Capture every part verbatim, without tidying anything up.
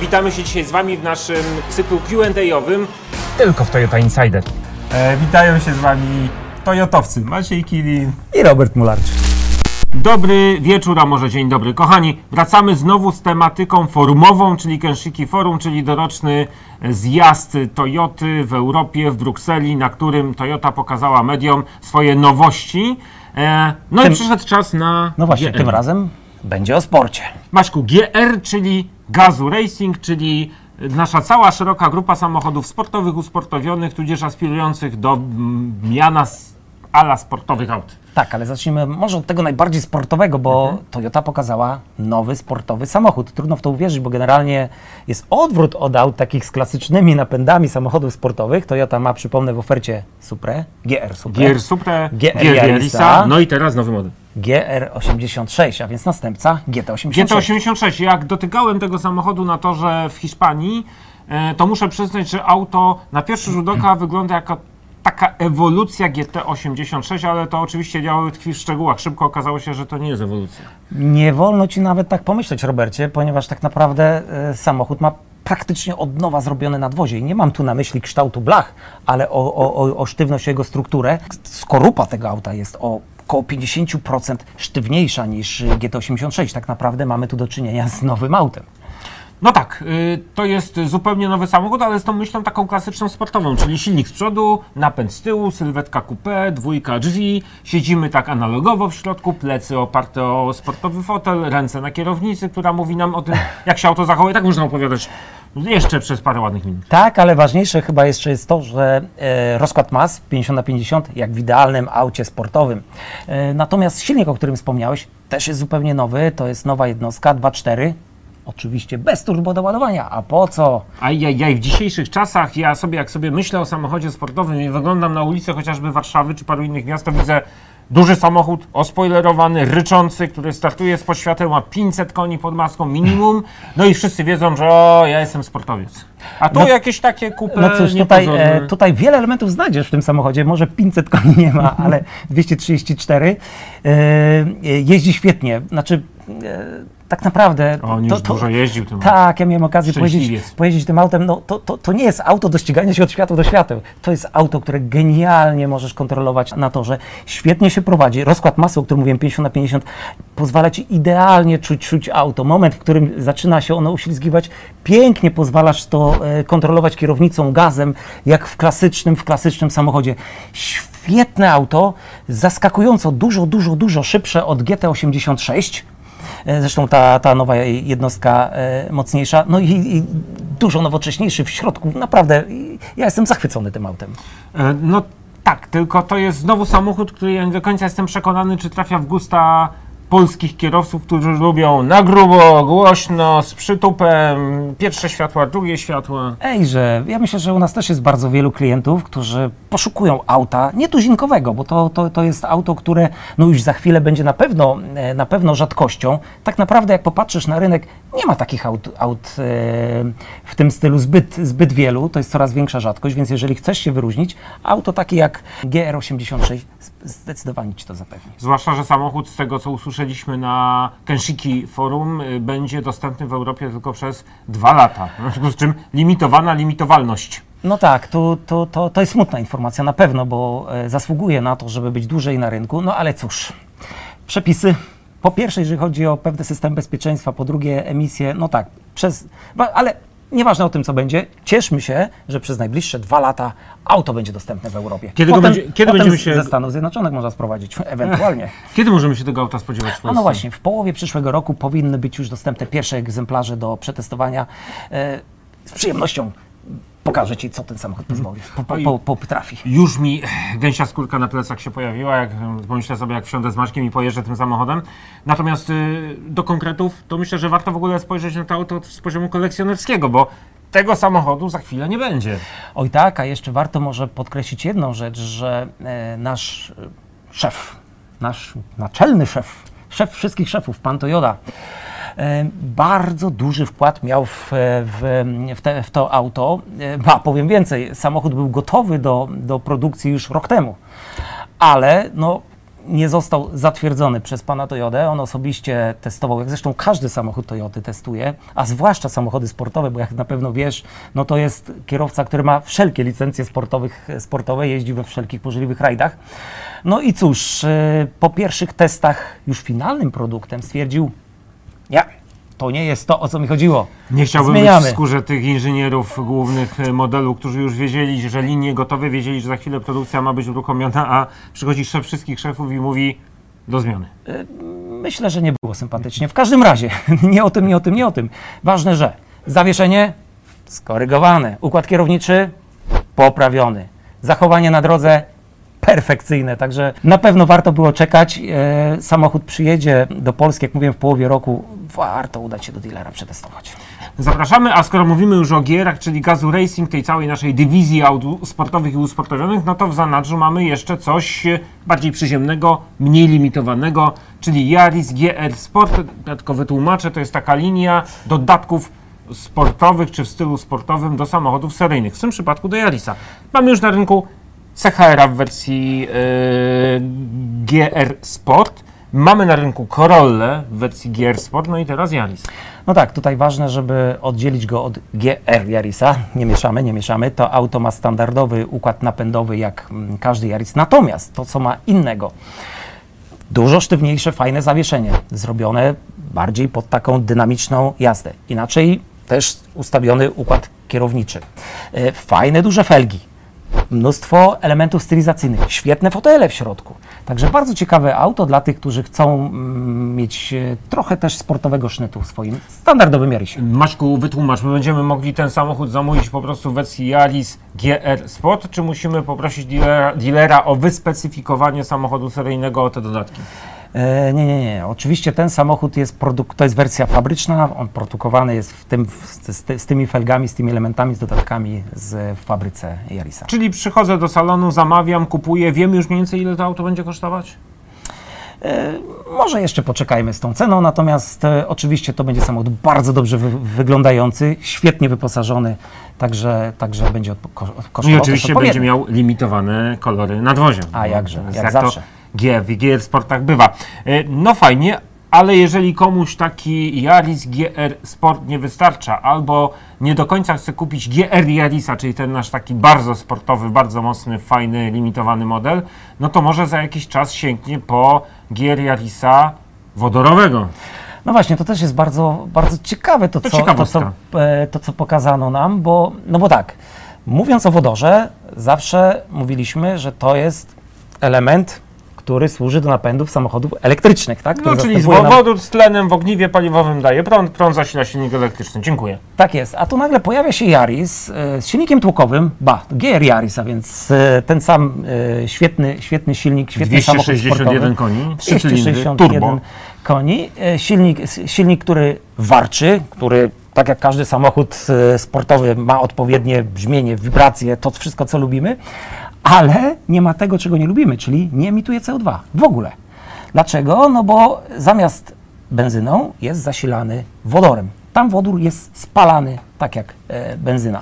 Witamy się dzisiaj z Wami w naszym cyklu Q and A-owym. Tylko w Toyota Insider. E, witają się z Wami Toyotowcy Maciej Kilin i Robert Mularczyk. Dobry wieczór, a może dzień dobry. Kochani, wracamy znowu z tematyką forumową, czyli Kenshiki Forum, czyli doroczny zjazd Toyoty w Europie, w Brukseli, na którym Toyota pokazała mediom swoje nowości. E, no tym, i przyszedł czas na No właśnie, G R. tym razem będzie o sporcie. Maćku, G R, czyli Gazoo Racing, czyli nasza cała szeroka grupa samochodów sportowych, usportowionych, tudzież aspirujących do miana ala sportowych aut. Tak, ale zacznijmy może od tego najbardziej sportowego, bo mhm. Toyota pokazała nowy sportowy samochód. Trudno w to uwierzyć, bo generalnie jest odwrót od aut takich z klasycznymi napędami samochodów sportowych. Toyota ma, przypomnę, w ofercie Suprę, G R Suprę, G R Suprę, G R Yarisa, no i teraz nowy model. G R osiemdziesiąt sześć, a więc następca G T osiemdziesiąt sześć. G T osiemdziesiąt sześć. Jak dotykałem tego samochodu na torze w Hiszpanii, to muszę przyznać, że auto na pierwszy rzut oka wygląda jako taka ewolucja G T osiemdziesiąt sześć, ale to oczywiście diabeł tkwi w szczegółach. Szybko okazało się, że to nie jest ewolucja. Nie wolno Ci nawet tak pomyśleć, Robercie, ponieważ tak naprawdę y, samochód ma praktycznie od nowa zrobione nadwozie. I nie mam tu na myśli kształtu blach, ale o, o, o, o sztywność, jego strukturę. Skorupa tego auta jest o około pięćdziesiąt procent sztywniejsza niż G T osiemdziesiąt sześć. Tak naprawdę mamy tu do czynienia z nowym autem. No tak, y, to jest zupełnie nowy samochód, ale z tą myślą taką klasyczną sportową, czyli silnik z przodu, napęd z tyłu, sylwetka coupé, dwójka drzwi, siedzimy tak analogowo w środku, plecy oparte o sportowy fotel, ręce na kierownicy, która mówi nam o tym, jak się auto zachowuje. Tak można opowiadać jeszcze przez parę ładnych minut. Tak, ale ważniejsze chyba jeszcze jest to, że e, rozkład mas pięćdziesiąt na pięćdziesiąt, jak w idealnym aucie sportowym. E, natomiast silnik, o którym wspomniałeś, też jest zupełnie nowy, to jest nowa jednostka dwa cztery. Oczywiście bez turbodoładowania, a po co? Ajajaj, w dzisiejszych czasach ja sobie, jak sobie myślę o samochodzie sportowym i wyglądam na ulicę chociażby Warszawy czy paru innych miast, to widzę duży samochód, ospoilerowany, ryczący, który startuje z poświatem, ma pięćset koni pod maską minimum, no i wszyscy wiedzą, że o, ja jestem sportowiec. A tu no, jakieś takie kupy. No cóż, tutaj, e, tutaj wiele elementów znajdziesz w tym samochodzie, może pięćset koni nie ma, ale dwieście trzydzieści cztery. E, jeździ świetnie, znaczy e, tak naprawdę... On już to, to, dużo jeździł tym. Tak, ja miałem okazję pojeździć, pojeździć tym autem. No, to, to, to nie jest auto do ścigania się od światła do świateł. To jest auto, które genialnie możesz kontrolować na torze. Świetnie się prowadzi. Rozkład masy, o którym mówiłem, pięćdziesiąt na pięćdziesiąt, pozwala Ci idealnie czuć, czuć auto. Moment, w którym zaczyna się ono uślizgiwać, pięknie pozwalasz to e, kontrolować kierownicą, gazem, jak w klasycznym, w klasycznym samochodzie. Świetne auto, zaskakująco dużo, dużo, dużo szybsze od G T osiemdziesiąt sześć. Zresztą ta, ta nowa jednostka e, mocniejsza, no i, i dużo nowocześniejszy w środku. Naprawdę, ja jestem zachwycony tym autem. E, no tak, tylko to jest znowu samochód, który ja nie do końca jestem przekonany, czy trafia w gusta polskich kierowców, którzy lubią na grubo, głośno, z przytupem, pierwsze światła, drugie światła. Ejże, ja myślę, że u nas też jest bardzo wielu klientów, którzy poszukują auta nietuzinkowego, bo to, to, to jest auto, które no już za chwilę będzie na pewno, na pewno rzadkością. Tak naprawdę jak popatrzysz na rynek, nie ma takich aut, aut w tym stylu zbyt, zbyt wielu, to jest coraz większa rzadkość, więc jeżeli chcesz się wyróżnić, auto takie jak G R osiemdziesiąt sześć zdecydowanie Ci to zapewni. Zwłaszcza, że samochód z tego, co usłyszeliśmy na Kenshiki Forum, będzie dostępny w Europie tylko przez dwa lata, w związku z czym limitowana limitowalność. No tak, to, to, to, to jest smutna informacja na pewno, bo e, zasługuje na to, żeby być dłużej na rynku, no ale cóż, przepisy, po pierwsze, jeżeli chodzi o pewne systemy bezpieczeństwa, po drugie emisje, no tak, przez, ale nieważne o tym, co będzie, cieszmy się, że przez najbliższe dwa lata auto będzie dostępne w Europie. Kiedy, potem, będzie, kiedy potem będziemy się... ze Stanów Zjednoczonych można sprowadzić, ewentualnie. Kiedy możemy się tego auta spodziewać w Polsce? A no właśnie, w połowie przyszłego roku powinny być już dostępne pierwsze egzemplarze do przetestowania. E, z przyjemnością pokażę Ci, co ten samochód pozwoli, po, po, po, po, potrafi. Już mi gęsia skórka na plecach się pojawiła, jak pomyślę sobie, jak wsiądę z Maćkiem i pojeżdżę tym samochodem. Natomiast y, do konkretów, to myślę, że warto w ogóle spojrzeć na to auto z poziomu kolekcjonerskiego, bo tego samochodu za chwilę nie będzie. Oj tak, a jeszcze warto może podkreślić jedną rzecz, że e, nasz szef, nasz naczelny szef, szef wszystkich szefów, pan Toyota, bardzo duży wkład miał w, w, w, te, w to auto. Ba, powiem więcej, samochód był gotowy do, do produkcji już rok temu, ale no, nie został zatwierdzony przez pana Toyodę. On osobiście testował, jak zresztą każdy samochód Toyoty testuje, a zwłaszcza samochody sportowe, bo jak na pewno wiesz, no to jest kierowca, który ma wszelkie licencje sportowych, sportowe, jeździ we wszelkich możliwych rajdach. No i cóż, yy, po pierwszych testach już finalnym produktem stwierdził, nie, to nie jest to, o co mi chodziło. Nie chciałbym Zmieniamy. być w skórze tych inżynierów głównych modelu, którzy już wiedzieli, że linie gotowe, wiedzieli, że za chwilę produkcja ma być uruchomiona, a przychodzi szef wszystkich szefów i mówi do zmiany. Myślę, że nie było sympatycznie. W każdym razie, nie o tym, nie o tym, nie o tym. Ważne, że zawieszenie skorygowane, układ kierowniczy poprawiony, zachowanie na drodze perfekcyjne, także na pewno warto było czekać. E, samochód przyjedzie do Polski, jak mówiłem, w połowie roku. Warto udać się do dealera, przetestować. Zapraszamy, a skoro mówimy już o gierach, czyli Gazoo Racing, tej całej naszej dywizji aut sportowych i usportowionych, no to w zanadrzu mamy jeszcze coś bardziej przyziemnego, mniej limitowanego, czyli Yaris G R Sport. Ja tylko wytłumaczę, to jest taka linia dodatków sportowych, czy w stylu sportowym do samochodów seryjnych, w tym przypadku do Yarisa. Mamy już na rynku C H R w wersji yy, G R Sport, mamy na rynku Corollę w wersji G R Sport, no i teraz Yaris. No tak, tutaj ważne, żeby oddzielić go od G R Yarisa. Nie mieszamy, nie mieszamy. To auto ma standardowy układ napędowy jak mm, każdy Yaris. Natomiast to, co ma innego, dużo sztywniejsze, fajne zawieszenie, zrobione bardziej pod taką dynamiczną jazdę. Inaczej też ustawiony układ kierowniczy. E, fajne, duże felgi. Mnóstwo elementów stylizacyjnych, świetne fotele w środku. Także bardzo ciekawe auto dla tych, którzy chcą mm, mieć e, trochę też sportowego sznytu w swoim standardowym Yarisie. Maćku, wytłumacz, my będziemy mogli ten samochód zamówić po prostu w wersji Yaris G R Sport, czy musimy poprosić dealera, dealera o wyspecyfikowanie samochodu seryjnego o te dodatki? E, nie, nie, nie. Oczywiście ten samochód jest produk- to jest wersja fabryczna, on produkowany jest w tym, w, z, ty, z tymi felgami, z tymi elementami, z dodatkami z, w fabryce Yarisa. Czyli przychodzę do salonu, zamawiam, kupuję, wiemy już mniej więcej, ile to auto będzie kosztować? E, może jeszcze poczekajmy z tą ceną, natomiast e, oczywiście to będzie samochód bardzo dobrze wy, wyglądający, świetnie wyposażony, także, także będzie odpo- kosztował. No i oczywiście będzie miał limitowane kolory nadwozia. A jakże, jak, jak zawsze. To G W, G R Sportach bywa. E, No fajnie, ale jeżeli komuś taki Yaris G R Sport nie wystarcza, albo nie do końca chce kupić G R Yarisa, czyli ten nasz taki bardzo sportowy, bardzo mocny, fajny, limitowany model, no to może za jakiś czas sięgnie po G R Yarisa wodorowego. No właśnie, to też jest bardzo, bardzo ciekawe to, To co, to, co, e, to, co pokazano nam, bo, no bo tak, mówiąc o wodorze, zawsze mówiliśmy, że to jest element, który służy do napędów samochodów elektrycznych, tak? No, czyli z wodór z tlenem w ogniwie paliwowym daje prąd, prąd zasila silnik elektryczny. Dziękuję. Tak jest, a tu nagle pojawia się Yaris e, z silnikiem tłokowym, ba, G R Yaris, a więc e, ten sam e, świetny, świetny silnik, świetny samochód dwieście sześćdziesiąt jeden sportowy. koni, trzy cylindry, turbo. Koni, e, silnik, silnik, który warczy, który tak jak każdy samochód e, sportowy ma odpowiednie brzmienie, wibracje, to wszystko co lubimy, ale nie ma tego, czego nie lubimy, czyli nie emituje C O dwa w ogóle. Dlaczego? No bo zamiast benzyną jest zasilany wodorem. Tam wodór jest spalany tak jak e, benzyna.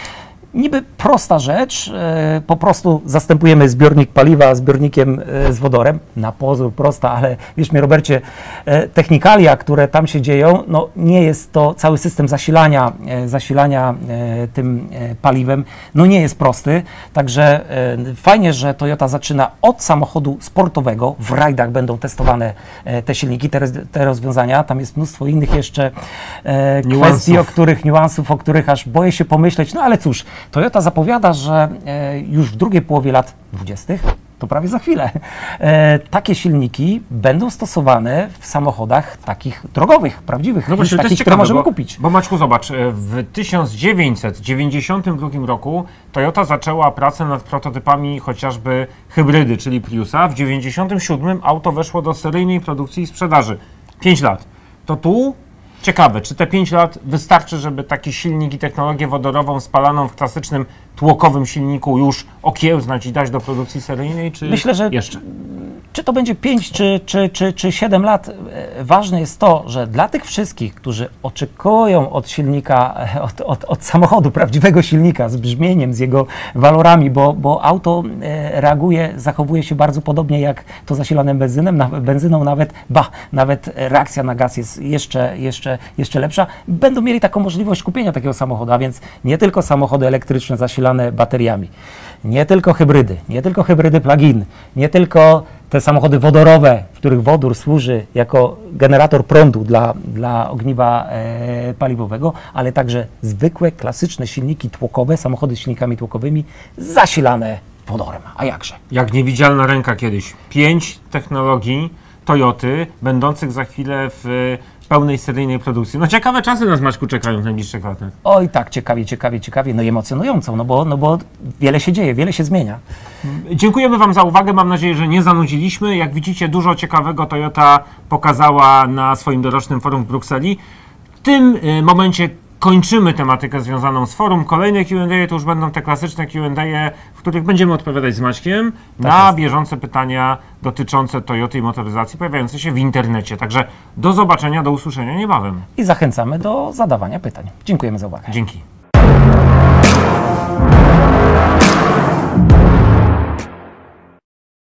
Niby prosta rzecz, e, po prostu zastępujemy zbiornik paliwa zbiornikiem e, z wodorem. Na pozór prosta, ale wierz mi, Robercie, e, technikalia, które tam się dzieją, no nie jest to cały system zasilania, e, zasilania e, tym e, paliwem, no nie jest prosty. Także e, fajnie, że Toyota zaczyna od samochodu sportowego. W rajdach będą testowane e, te silniki, te, te rozwiązania. Tam jest mnóstwo innych jeszcze e, kwestii, o których, niuansów, o których aż boję się pomyśleć. No ale cóż, Toyota zapowiada, że e, już w drugiej połowie lat dwudziestych, to prawie za chwilę, e, takie silniki będą stosowane w samochodach takich drogowych, prawdziwych, no właśnie, takich, to jest które ciekawe, możemy bo, kupić. Bo Maćku, zobacz, w tysiąc dziewięćset dziewięćdziesiątym drugim roku Toyota zaczęła pracę nad prototypami chociażby hybrydy, czyli Priusa. W dziewięćdziesiątym siódmym auto weszło do seryjnej produkcji i sprzedaży. pięć lat. To tu ciekawe, czy te pięć lat wystarczy, żeby taki silnik i technologię wodorową spalaną w klasycznym tłokowym silniku już okiełznać i dać do produkcji seryjnej, czy Myślę, że jeszcze? Czy to będzie pięć czy, czy, czy, czy siedem lat, e, ważne jest to, że dla tych wszystkich, którzy oczekują od silnika, e, od, od, od samochodu, prawdziwego silnika z brzmieniem, z jego walorami, bo, bo auto e, reaguje, zachowuje się bardzo podobnie jak to zasilane benzynem, na, benzyną nawet, ba, nawet reakcja na gaz jest jeszcze, jeszcze, jeszcze lepsza, będą mieli taką możliwość kupienia takiego samochodu, a więc nie tylko samochody elektryczne zasilane bateriami, nie tylko hybrydy, nie tylko hybrydy plug-in, nie tylko te samochody wodorowe, w których wodór służy jako generator prądu dla, dla ogniwa e, paliwowego, ale także zwykłe, klasyczne silniki tłokowe, samochody z silnikami tłokowymi zasilane wodorem. A jakże? Jak niewidzialna ręka kiedyś. Pięć technologii Toyoty, będących za chwilę w pełnej seryjnej produkcji. No ciekawe czasy nas, Maćku, czekają w najbliższych latach. Oj tak, ciekawie, ciekawie, ciekawie, no i emocjonującą, no bo, no bo wiele się dzieje, wiele się zmienia. Dziękujemy Wam za uwagę, mam nadzieję, że nie zanudziliśmy. Jak widzicie, dużo ciekawego Toyota pokazała na swoim dorocznym forum w Brukseli. W tym y, momencie kończymy tematykę związaną z forum. Kolejne Q and A to już będą te klasyczne Q and A, w których będziemy odpowiadać z Maćkiem na jest. bieżące pytania dotyczące Toyoty i motoryzacji pojawiające się w internecie. Także do zobaczenia, do usłyszenia niebawem. I zachęcamy do zadawania pytań. Dziękujemy za uwagę. Dzięki.